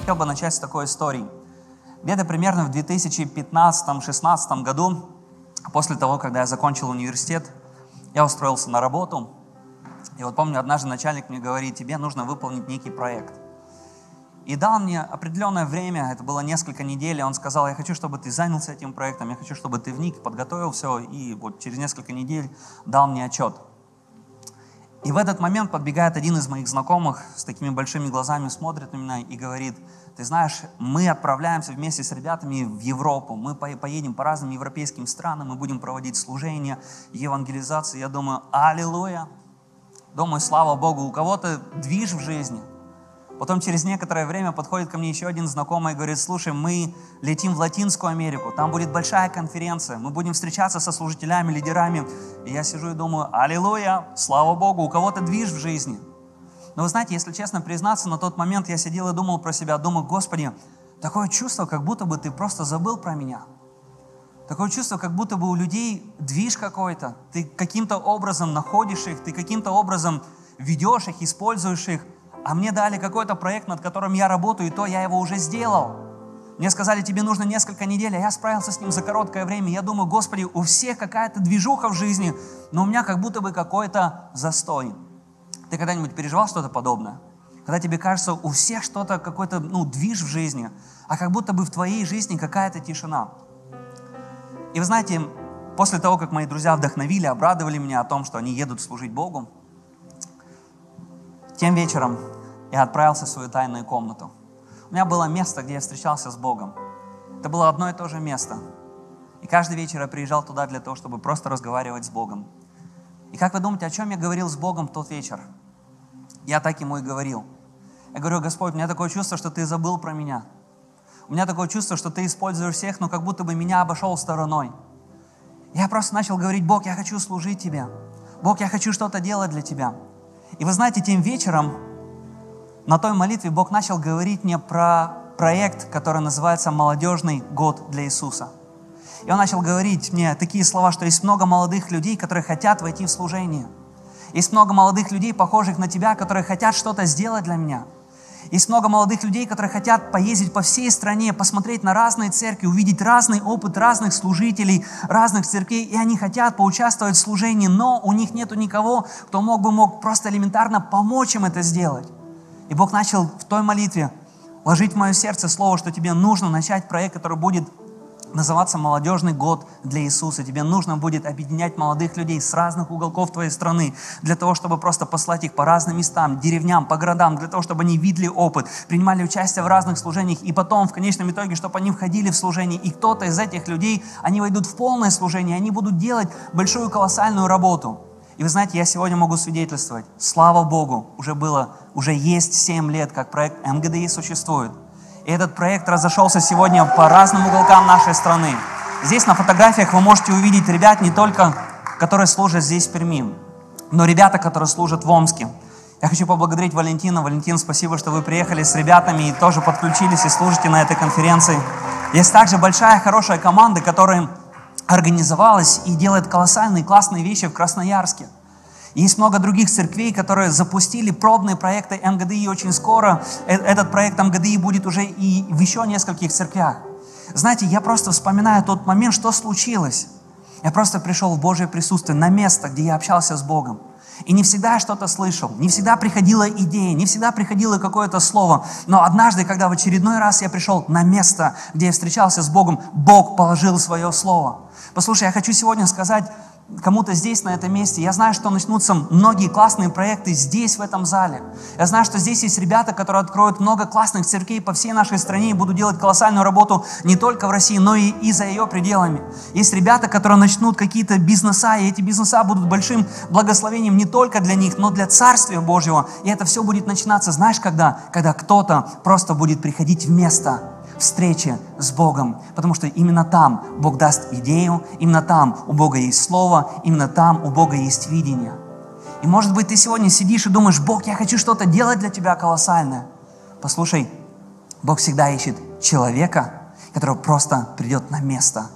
хотел бы начать с такой истории. Где-то примерно в 2015-2016 году, после того, когда я закончил университет, я устроился на работу. И вот помню, однажды начальник мне говорит: тебе нужно выполнить некий проект. И дал мне определенное время, это было несколько недель, и он сказал: я хочу, чтобы ты занялся этим проектом, я хочу, чтобы ты вник, подготовил все, и вот через несколько недель дал мне отчет. И в этот момент подбегает один из моих знакомых с такими большими глазами, смотрит на меня и говорит: ты знаешь, мы отправляемся вместе с ребятами в Европу, мы поедем по разным европейским странам, мы будем проводить служения, евангелизации. Я думаю: аллилуйя, думаю, слава Богу, у кого-то движ в жизни. Потом через некоторое время подходит ко мне еще один знакомый и говорит: слушай, мы летим в Латинскую Америку, там будет большая конференция, мы будем встречаться со служителями, лидерами. И я сижу и думаю: аллилуйя, слава Богу, у кого-то движ в жизни. Но вы знаете, если честно признаться, на тот момент я сидел и думал про себя, думаю: Господи, такое чувство, как будто бы ты просто забыл про меня. Такое чувство, как будто бы у людей движ какой-то, ты каким-то образом находишь их, ты каким-то образом ведешь их, используешь их. А мне дали какой-то проект, над которым я работаю, и то я его уже сделал. Мне сказали: тебе нужно несколько недель, а я справился с ним за короткое время. Я думаю: Господи, у всех какая-то движуха в жизни, но у меня как будто бы какой-то застой. Ты когда-нибудь переживал что-то подобное? Когда тебе кажется, у всех что-то, какой-то движ в жизни, а как будто бы в твоей жизни какая-то тишина. И вы знаете, после того, как мои друзья вдохновили, обрадовали меня о том, что они едут служить Богу, тем вечером я отправился в свою тайную комнату. У меня было место, где я встречался с Богом. Это было одно и то же место. И каждый вечер я приезжал туда для того, чтобы просто разговаривать с Богом. И как вы думаете, о чем я говорил с Богом в тот вечер? Я так ему и говорил. Я говорю: Господь, у меня такое чувство, что Ты забыл про меня. У меня такое чувство, что Ты используешь всех, но как будто бы меня обошел стороной. Я просто начал говорить: Бог, я хочу служить Тебе. Бог, я хочу что-то делать для Тебя. И вы знаете, тем вечером на той молитве Бог начал говорить мне про проект, который называется «Молодежный год для Иисуса». И Он начал говорить мне такие слова, что есть много молодых людей, которые хотят войти в служение. Есть много молодых людей, похожих на тебя, которые хотят что-то сделать для меня. Есть много молодых людей, которые хотят поездить по всей стране, посмотреть на разные церкви, увидеть разный опыт разных служителей, разных церквей, и они хотят поучаствовать в служении, но у них нету никого, кто мог просто элементарно помочь им это сделать. И Бог начал в той молитве вложить в мое сердце слово, что тебе нужно начать проект, который будет называться «Молодежный год для Иисуса». Тебе нужно будет объединять молодых людей с разных уголков твоей страны для того, чтобы просто послать их по разным местам, деревням, по городам, для того, чтобы они видели опыт, принимали участие в разных служениях, и потом, в конечном итоге, чтобы они входили в служение, и кто-то из этих людей, они войдут в полное служение, они будут делать большую колоссальную работу. И вы знаете, я сегодня могу свидетельствовать, слава Богу, уже есть 7 лет, как проект МГДИ существует. И этот проект разошелся сегодня по разным уголкам нашей страны. Здесь на фотографиях вы можете увидеть ребят не только, которые служат здесь в Перми, но ребята, которые служат в Омске. Я хочу поблагодарить Валентина. Валентин, спасибо, что вы приехали с ребятами и тоже подключились и служите на этой конференции. Есть также большая, хорошая команда, которая организовалась и делает колоссальные, классные вещи в Красноярске. Есть много других церквей, которые запустили пробные проекты МГДИ. Очень скоро этот проект МГДИ будет уже и в еще нескольких церквях. Знаете, я просто вспоминаю тот момент, что случилось. Я просто пришел в Божье присутствие на место, где я общался с Богом. И не всегда я что-то слышал, не всегда приходила идея, не всегда приходило какое-то слово. Но однажды, когда в очередной раз я пришел на место, где я встречался с Богом, Бог положил свое слово. Послушай, я хочу сегодня сказать кому-то здесь, на этом месте. Я знаю, что начнутся многие классные проекты здесь, в этом зале. Я знаю, что здесь есть ребята, которые откроют много классных церквей по всей нашей стране и будут делать колоссальную работу не только в России, но и за ее пределами. Есть ребята, которые начнут какие-то бизнеса, и эти бизнеса будут большим благословением не только для них, но для Царствия Божьего. И это все будет начинаться, знаешь, когда? Когда кто-то просто будет приходить в место встречи с Богом, потому что именно там Бог даст идею, именно там у Бога есть слово, именно там у Бога есть видение. И может быть ты сегодня сидишь и думаешь: Бог, я хочу что-то делать для Тебя колоссальное. Послушай, Бог всегда ищет человека, который просто придет на место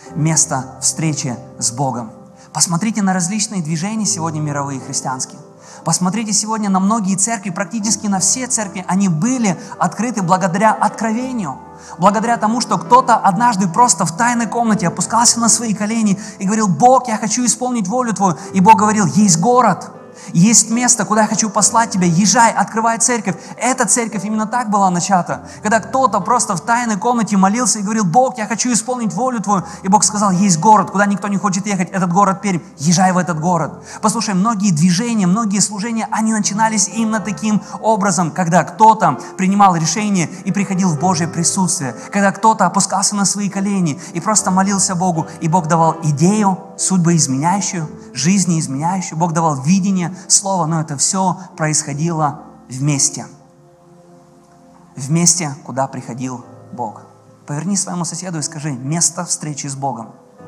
встречи с Богом. Посмотрите на различные движения сегодня мировые христианские. Посмотрите сегодня на многие церкви, практически на все церкви, они были открыты благодаря откровению. Благодаря тому, что кто-то однажды просто в тайной комнате опускался на свои колени и говорил: Бог, я хочу исполнить волю Твою. И Бог говорил: есть город, есть место, куда я хочу послать тебя, езжай, открывай церковь. Эта церковь именно так была начата, когда кто-то просто в тайной комнате молился и говорил: Бог, я хочу исполнить волю Твою. И Бог сказал: есть город, куда никто не хочет ехать, этот город Пермь, езжай в этот город. Послушай, многие движения, многие служения, они начинались именно таким образом, когда кто-то принимал решение и приходил в Божье присутствие, когда кто-то опускался на свои колени и просто молился Богу, и Бог давал идею, судьбоизменяющую, жизнеизменяющую, Бог давал видение, слово, но это все происходило вместе. Вместе, куда приходил Бог. Поверни своему соседу и скажи: место встречи с Богом.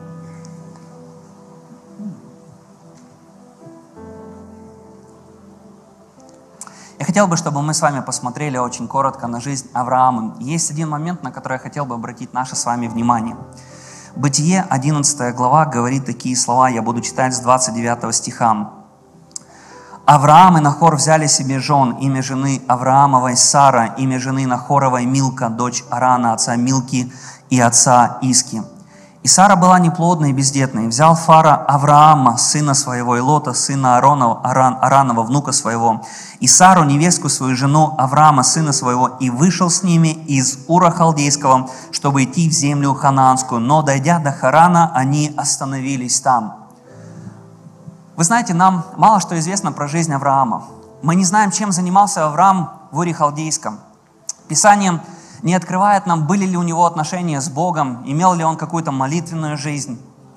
Я хотел бы, чтобы мы с вами посмотрели очень коротко на жизнь Авраама. Есть один момент, на который я хотел бы обратить наше с вами внимание. Бытие, 11 глава, говорит такие слова, я буду читать с 29 стиха. Авраам и Нахор взяли себе жен, имя жены Авраамовой Сара, имя жены Нахоровой Милка, дочь Арана, отца Милки и отца Иски. И Сара была неплодной и бездетной. Взял Фара Авраама, сына своего, и Лота, сына Аранова, внука своего, и Сару, невестку свою, жену Авраама, сына своего, и вышел с ними из Ура Халдейского, чтобы идти в землю ханаанскую. Но, дойдя до Харана, они остановились там. Вы знаете, нам мало что известно про жизнь Авраама. Мы не знаем, чем занимался Авраам в Уре Халдейском. Писание не открывает нам, были ли у него отношения с Богом, имел ли он какую-то молитвенную жизнь.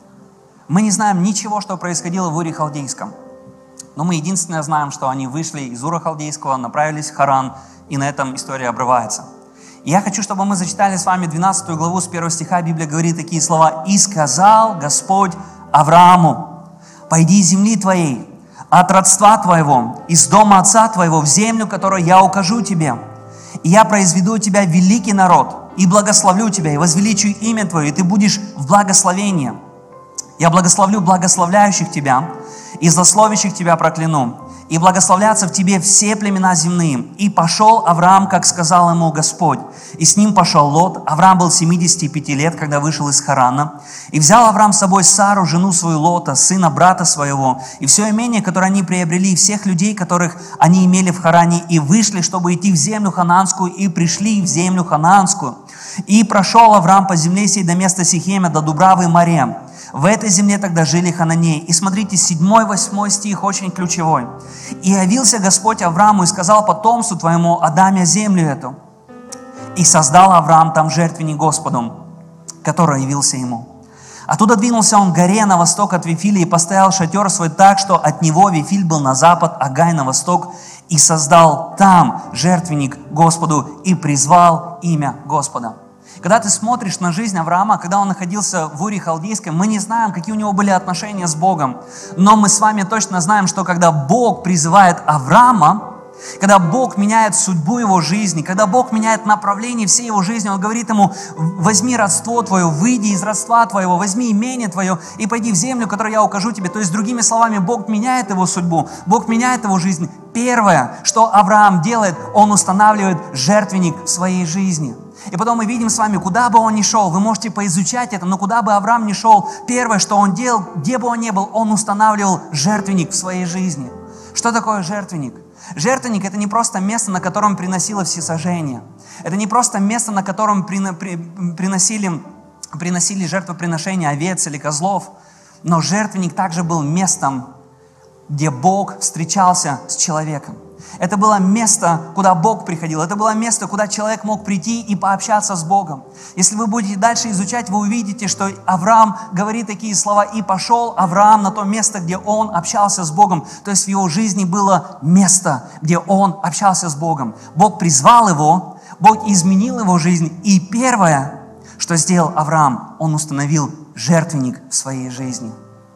Мы не знаем ничего, что происходило в Уре Халдейском. Но мы единственное знаем, что они вышли из Ура Халдейского, направились в Харан, и на этом история обрывается. И я хочу, чтобы мы зачитали с вами 12 главу с 1 стиха. Библия говорит такие слова. «И сказал Господь Аврааму: пойди из земли твоей, от родства твоего, из дома отца твоего, в землю, которую я укажу тебе. И я произведу у тебя великий народ, и благословлю тебя, и возвеличу имя твое, и ты будешь в благословении. Я благословлю благословляющих тебя, и злословящих тебя прокляну. И благословлятся в тебе все племена земные. И пошел Авраам, как сказал ему Господь. И с ним пошел Лот. Авраам был 75 лет, когда вышел из Харана. И взял Авраам с собой Сару, жену свою Лота, сына брата своего, и все имение, которое они приобрели, и всех людей, которых они имели в Харане, и вышли, чтобы идти в землю ханаанскую, и пришли в землю ханаанскую. И прошел Авраам по земле сей до места Сихема, до Дубравы Море. В этой земле тогда жили хананеи. И смотрите, 7-8 стих очень ключевой. «И явился Господь Аврааму и сказал потомству твоему, отдам я землю эту. И создал Авраам там жертвенник Господу, который явился ему. Оттуда двинулся он к горе на восток от Вифиля и поставил шатер свой так, что от него Вифиль был на запад, а Гай на восток, и создал там жертвенник Господу и призвал имя Господа». Когда ты смотришь на жизнь Авраама, когда он находился в Уре Халдейском, мы не знаем, какие у него были отношения с Богом. Но мы с вами точно знаем, что когда Бог призывает Авраама, когда Бог меняет судьбу его жизни, когда Бог меняет направление всей его жизни, Он говорит ему: возьми родство твое, выйди из родства твоего, возьми имение твое и пойди в землю, которую я укажу тебе. То есть, другими словами, Бог меняет его судьбу, Бог меняет его жизнь. Первое, что Авраам делает, он устанавливает жертвенник в своей жизни. И потом мы видим с вами, куда бы он ни шел, вы можете поизучать это, но куда бы Авраам ни шел, первое, что он делал, где бы он ни был, он устанавливал жертвенник в своей жизни. Что такое жертвенник? Жертвенник – это не просто место, на котором приносило всесожжение. Это не просто место, на котором приносили жертвоприношения овец или козлов. Но жертвенник также был местом, где Бог встречался с человеком. Это было место, куда Бог приходил. Это было место, куда человек мог прийти и пообщаться с Богом. Если вы будете дальше изучать, вы увидите, что Авраам говорит такие слова. «И пошел Авраам на то место, где он общался с Богом». То есть в его жизни было место, где он общался с Богом. Бог призвал его, Бог изменил его жизнь. И первое, что сделал Авраам, он установил жертвенник в своей жизни.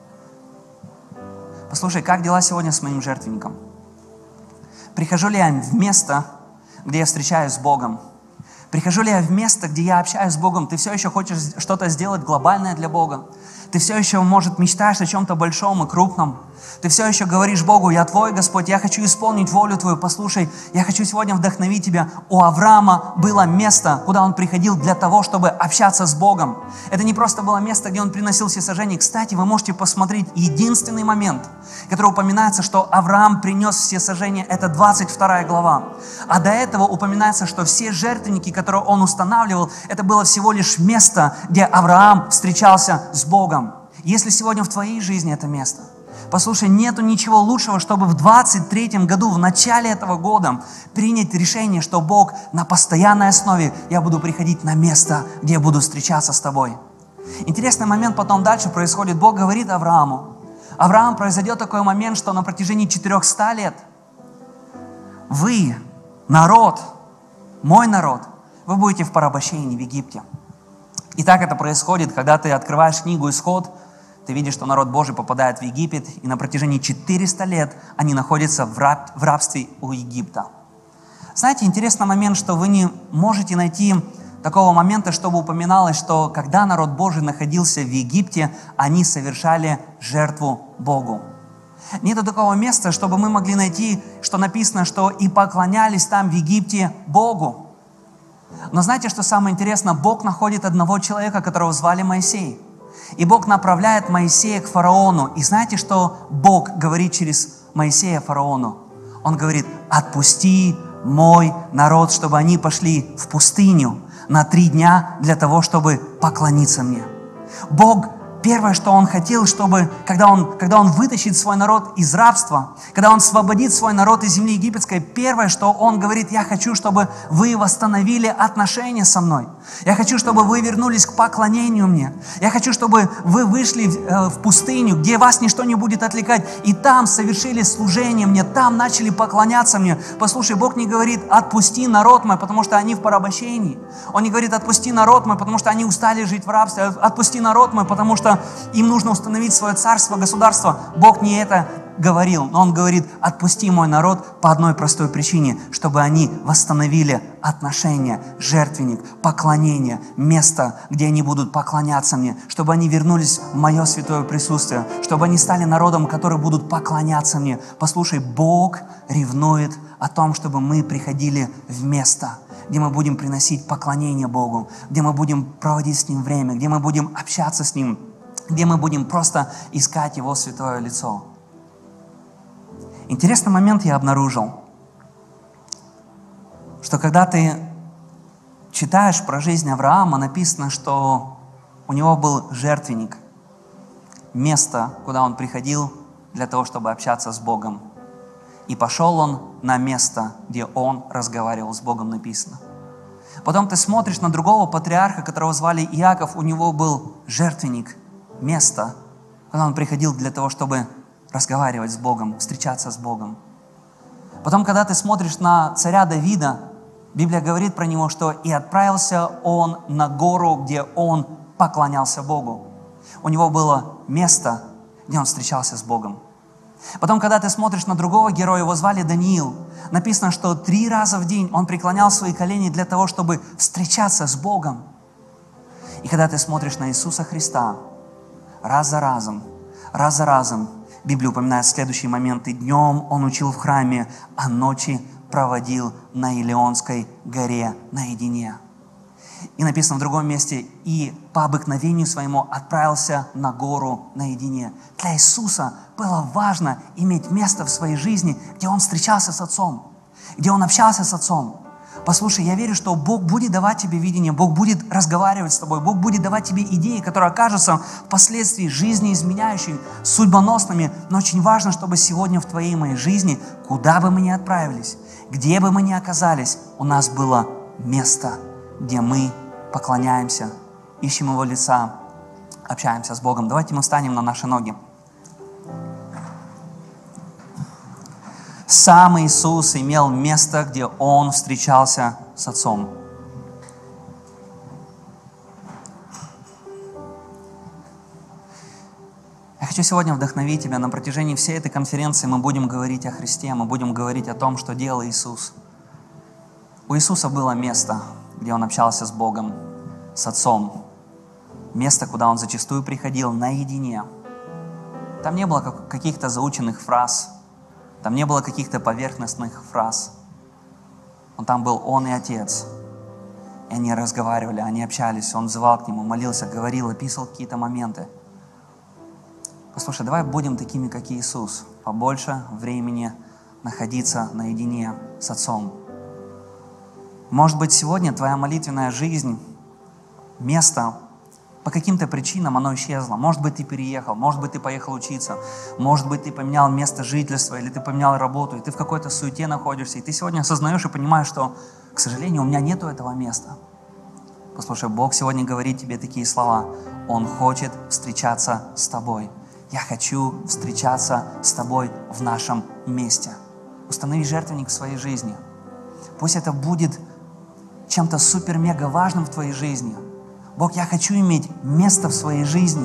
Послушай, как дела сегодня с моим жертвенником? Прихожу ли я в место, где я встречаюсь с Богом? Прихожу ли я в место, где я общаюсь с Богом? Ты все еще хочешь что-то сделать глобальное для Бога? Ты все еще, может, мечтаешь о чем-то большом и крупном. Ты все еще говоришь Богу: я Твой, Господь, я хочу исполнить волю Твою. Послушай, я хочу сегодня вдохновить тебя. У Авраама было место, куда он приходил для того, чтобы общаться с Богом. Это не просто было место, где он приносил всесожжение. Кстати, вы можете посмотреть единственный момент, который упоминается, что Авраам принес всесожжение. Это 22 глава. А до этого упоминается, что все жертвенники, которые он устанавливал, это было всего лишь место, где Авраам встречался с Богом. Если сегодня в твоей жизни это место, послушай, нету ничего лучшего, чтобы в 23-м году, в начале этого года, принять решение, что Бог, на постоянной основе я буду приходить на место, где я буду встречаться с тобой. Интересный момент потом дальше происходит. Бог говорит Аврааму: Авраам, произойдет такой момент, что на протяжении 400 лет вы, народ, мой народ, вы будете в порабощении в Египте. И так это происходит, когда ты открываешь книгу «Исход», ты видишь, что народ Божий попадает в Египет, и на протяжении 400 лет они находятся в рабстве у Египта. Знаете, интересный момент, что вы не можете найти такого момента, чтобы упоминалось, что когда народ Божий находился в Египте, они совершали жертву Богу. Нету такого места, чтобы мы могли найти, что написано, что и поклонялись там в Египте Богу. Но знаете, что самое интересное? Бог находит одного человека, которого звали Моисей. И Бог направляет Моисея к фараону. И знаете, что Бог говорит через Моисея фараону? Он говорит: отпусти мой народ, чтобы они пошли в пустыню на 3 дня для того, чтобы поклониться мне. Бог, первое, что Он хотел, чтобы, когда он вытащит свой народ из рабства, когда Он освободит свой народ из земли египетской, первое, что Он говорит: я хочу, чтобы вы восстановили отношения со мной. Я хочу, чтобы вы вернулись к поклонению мне. Я хочу, чтобы вы вышли в пустыню, где вас ничто не будет отвлекать, и там совершили служение мне, там начали поклоняться мне. Послушай, Бог не говорит: отпусти народ мой, потому что они в порабощении. Он не говорит: отпусти народ мой, потому что они устали жить в рабстве. Отпусти народ мой, потому что им нужно установить свое царство, государство. Бог не это говорил, но Он говорит: отпусти мой народ по одной простой причине, чтобы они восстановили отношения, жертвенник, поклонение, место, где они будут поклоняться мне, чтобы они вернулись в мое святое присутствие, чтобы они стали народом, который будут поклоняться мне. Послушай, Бог ревнует о том, чтобы мы приходили в место, где мы будем приносить поклонение Богу, где мы будем проводить с Ним время, где мы будем общаться с Ним, где мы будем просто искать Его святое лицо. Интересный момент я обнаружил, что когда ты читаешь про жизнь Авраама, написано, что у него был жертвенник, место, куда он приходил для того, чтобы общаться с Богом. И пошел он на место, где он разговаривал с Богом, написано. Потом ты смотришь на другого патриарха, которого звали Иаков, у него был жертвенник, место, куда он приходил для того, чтобы разговаривать с Богом, встречаться с Богом. Потом, когда ты смотришь на царя Давида, Библия говорит про него, что и отправился он на гору, где он поклонялся Богу. У него было место, где он встречался с Богом. Потом, когда ты смотришь на другого героя, его звали Даниил, написано, что 3 раза в день он преклонял свои колени для того, чтобы встречаться с Богом. И когда ты смотришь на Иисуса Христа, раз за разом, Библия упоминает следующие моменты. Днем он учил в храме, а ночи проводил на Илионской горе наедине. И написано в другом месте: и по обыкновению своему отправился на гору наедине. Для Иисуса было важно иметь место в своей жизни, где Он встречался с Отцом, где Он общался с Отцом. Послушай, я верю, что Бог будет давать тебе видение, Бог будет разговаривать с тобой, Бог будет давать тебе идеи, которые окажутся впоследствии жизнеизменяющими, судьбоносными. Но очень важно, чтобы сегодня в твоей и моей жизни, куда бы мы ни отправились, где бы мы ни оказались, у нас было место, где мы поклоняемся, ищем Его лица, общаемся с Богом. Давайте мы встанем на наши ноги. Сам Иисус имел место, где Он встречался с Отцом. Я хочу сегодня вдохновить тебя. На протяжении всей этой конференции мы будем говорить о Христе, мы будем говорить о том, что делал Иисус. У Иисуса было место, где Он общался с Богом, с Отцом. место, куда он зачастую приходил наедине. Там не было каких-то заученных фраз, там не было каких-то поверхностных фраз. Там был он и Отец. И они разговаривали, они общались, он взывал к нему, молился, говорил, описывал какие-то моменты. Послушай, давай будем такими, как Иисус. Побольше времени находиться наедине с Отцом. Может быть, сегодня твоя молитвенная жизнь, место, по каким-то причинам оно исчезло. Может быть, ты переехал, может быть, ты поехал учиться, может быть, ты поменял место жительства, или ты поменял работу, и ты в какой-то суете находишься, и ты сегодня осознаешь и понимаешь, что, к сожалению, у меня нету этого места. Послушай, Бог сегодня говорит тебе такие слова. Он хочет встречаться с тобой. Я хочу встречаться с тобой в нашем месте. Установи жертвенник в своей жизни. Пусть это будет чем-то супер-мега важным в твоей жизни. Бог, я хочу иметь место в своей жизни.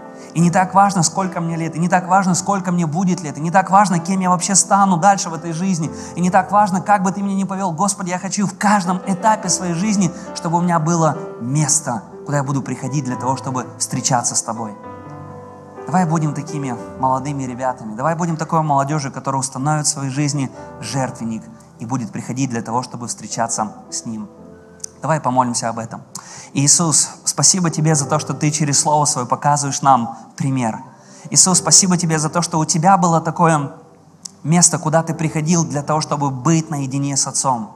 И не так важно, сколько мне лет, и не так важно, сколько мне будет лет, и не так важно, кем я вообще стану дальше в этой жизни, и не так важно, как бы ты меня ни повел. Господи, я хочу в каждом этапе своей жизни, чтобы у меня было место, куда я буду приходить для того, чтобы встречаться с Тобой. Давай будем такими молодыми ребятами, давай будем такой молодежью, которая установит в своей жизни жертвенник и будет приходить для того, чтобы встречаться с Ним. Давай помолимся об этом. Иисус, спасибо Тебе за то, что Ты через Слово Свое показываешь нам пример. Иисус, спасибо Тебе за то, что у Тебя было такое место, куда Ты приходил для того, чтобы быть наедине с Отцом.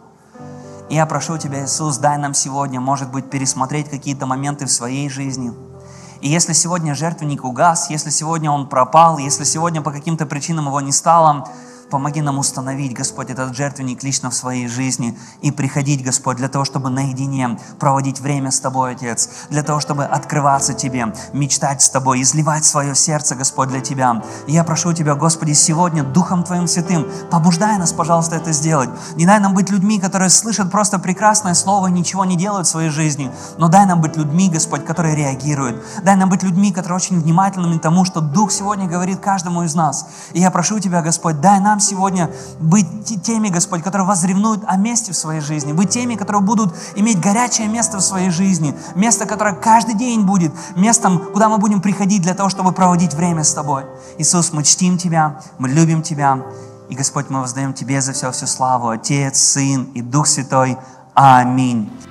И я прошу Тебя, Иисус, дай нам сегодня, может быть, пересмотреть какие-то моменты в своей жизни. И если сегодня жертвенник угас, если сегодня он пропал, если сегодня по каким-то причинам его не стало, помоги нам установить, Господь, этот жертвенник лично в своей жизни и приходить, Господь, для того, чтобы наедине проводить время с Тобой, Отец, для того, чтобы открываться Тебе, мечтать с Тобой, изливать свое сердце, Господь, для Тебя. И я прошу Тебя, Господи, сегодня Духом Твоим Святым, побуждай нас, пожалуйста, это сделать. Не дай нам быть людьми, которые слышат просто прекрасное слово и ничего не делают в своей жизни, но дай нам быть людьми, Господь, которые реагируют. Дай нам быть людьми, которые очень внимательными к тому, что Дух сегодня говорит каждому из нас. И я прошу Тебя, Господь, дай нам сегодня быть теми, Господь, которые возревнуют о месте в своей жизни, быть теми, которые будут иметь горячее место в своей жизни, место, которое каждый день будет местом, куда мы будем приходить для того, чтобы проводить время с Тобой. Иисус, мы чтим Тебя, мы любим Тебя, и, Господь, мы воздаем Тебе за все всю славу, Отец, Сын и Дух Святой. Аминь.